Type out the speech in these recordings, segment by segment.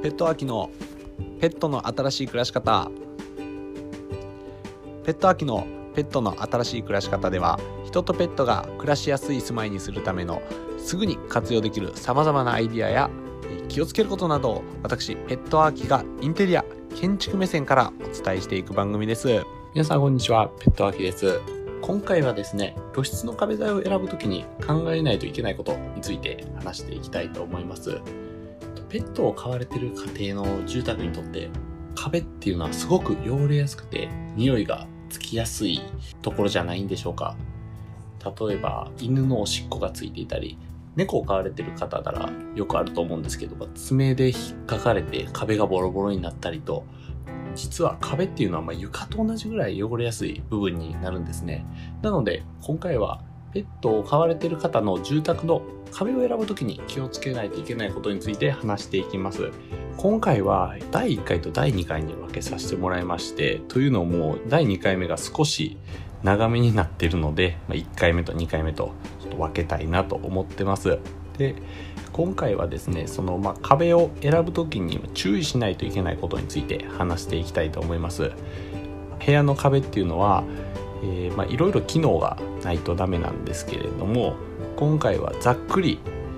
ペット秋のペットの新しい暮らし方。ペット秋のペットの新しい暮らし方では、人とペットが暮らしやすい住まいにするためのすぐに活用できるさまざまなアイディアや気をつけることなどを、私ペット秋がインテリア建築目線からお伝えしていく番組です。 皆さんこんにちは、ペット秋です。今回はですね、居室の壁材を選ぶときに考えないといけないことについて話していきたいと思います。ペットを飼われている家庭の住宅にとって壁っていうのはすごく汚れやすくて匂いがつきやすいところじゃないんでしょうか。例えば犬のおしっこがついていたり、猫を飼われている方ならよくあると思うんですけど、爪で引っかかれて壁がボロボロになったりと、実は壁っていうのは床と同じぐらい汚れやすい部分になるんですね。なので今回はペットを飼われている方の住宅の壁を選ぶときに気をつけないといけないことについて話していきます。今回は第1回と第2回に分けさせてもらいまして、というのも第2回目が少し長めになっているので、1回目と2回目とちょっと分けたいなと思ってます。で、今回はですね、その壁を選ぶときに注意しないといけないことについて話していきたいと思います。部屋の壁っていうのはいろいろ機能がないとダメなんですけれども、今回はざっくり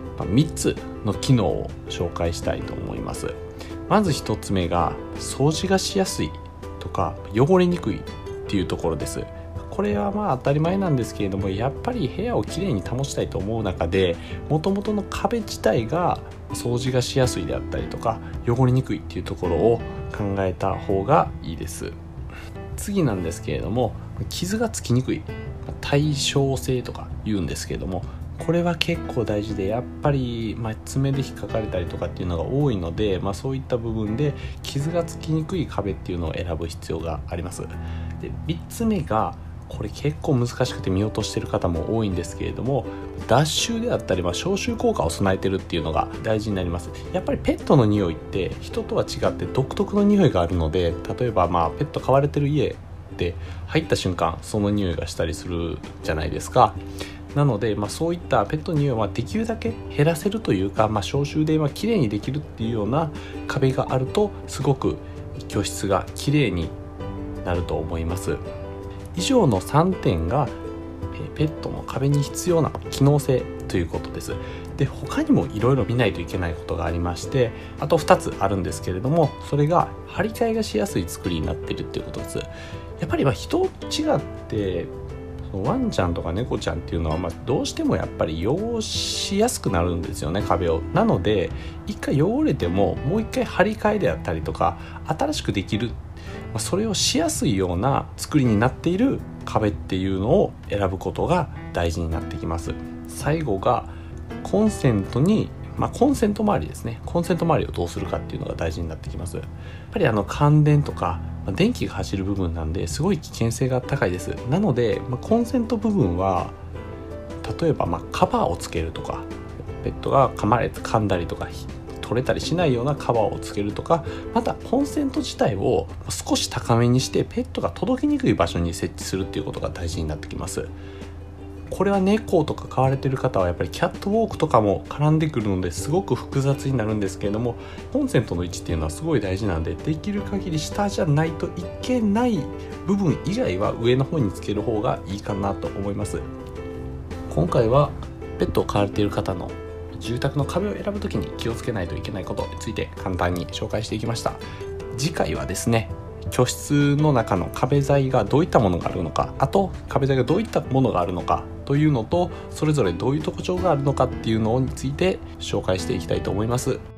3つの機能を紹介したいと思います。まず1つ目が掃除がしやすいとか汚れにくいっていうところです。これは当たり前なんですけれども、やっぱり部屋をきれいに保ちたいと思う中で、元々の壁自体が掃除がしやすいであったりとか汚れにくいっていうところを考えた方がいいです。次なんですけれども、傷がつきにくい耐焼性とか言うんですけれども、これは結構大事で、やっぱり爪で引っかかれたりとかっていうのが多いので、そういった部分で傷がつきにくい壁っていうのを選ぶ必要があります。で、3つ目がこれ結構難しくて見落としてる方も多いんですけれども、脱臭であったり消臭効果を備えてるっていうのが大事になります。やっぱりペットの匂いって人とは違って独特の匂いがあるので、例えばペット飼われてる家で入った瞬間その匂いがしたりするじゃないですか。なので、そういったペットの匂いはできるだけ減らせるというか、消臭できれいにできるっていうような壁があると、すごく居室がきれいになると思います。以上の3点がペットの壁に必要な機能性ということです。で、他にもいろいろ見ないといけないことがありまして、あと2つあるんですけれども、それが張り替えがしやすい作りになっているということです。やっぱり人と違ってワンちゃんとか猫ちゃんっていうのはどうしてもやっぱり汚しやすくなるんですよね、壁を。なので一回汚れてももう一回張り替えであったりとか新しくできる、それをしやすいような作りになっている壁っていうのを選ぶことが大事になってきます。最後がコンセントにコンセント周りですね。コンセント周りをどうするかっていうのが大事になってきます。やっぱり感電とか電気が走る部分なんで、すごい危険性が高いです。なので、コンセント部分は例えばカバーをつけるとか、ペットが噛んだりとか取れたりしないようなカバーをつけるとか、またコンセント自体を少し高めにしてペットが届きにくい場所に設置するっていうことが大事になってきます。これは猫とか飼われている方はやっぱりキャットウォークとかも絡んでくるのですごく複雑になるんですけれども、コンセントの位置っていうのはすごい大事なので、できる限り下じゃないといけない部分以外は上の方につける方がいいかなと思います。今回はペットを飼われている方の住宅の壁を選ぶときに気をつけないといけないことについて簡単に紹介していきました。次回はですね、居室の中の壁材がどういったものがあるのか、あと壁材がどういったものがあるのかというのと、それぞれどういう特徴があるのかっていうのについて紹介していきたいと思います。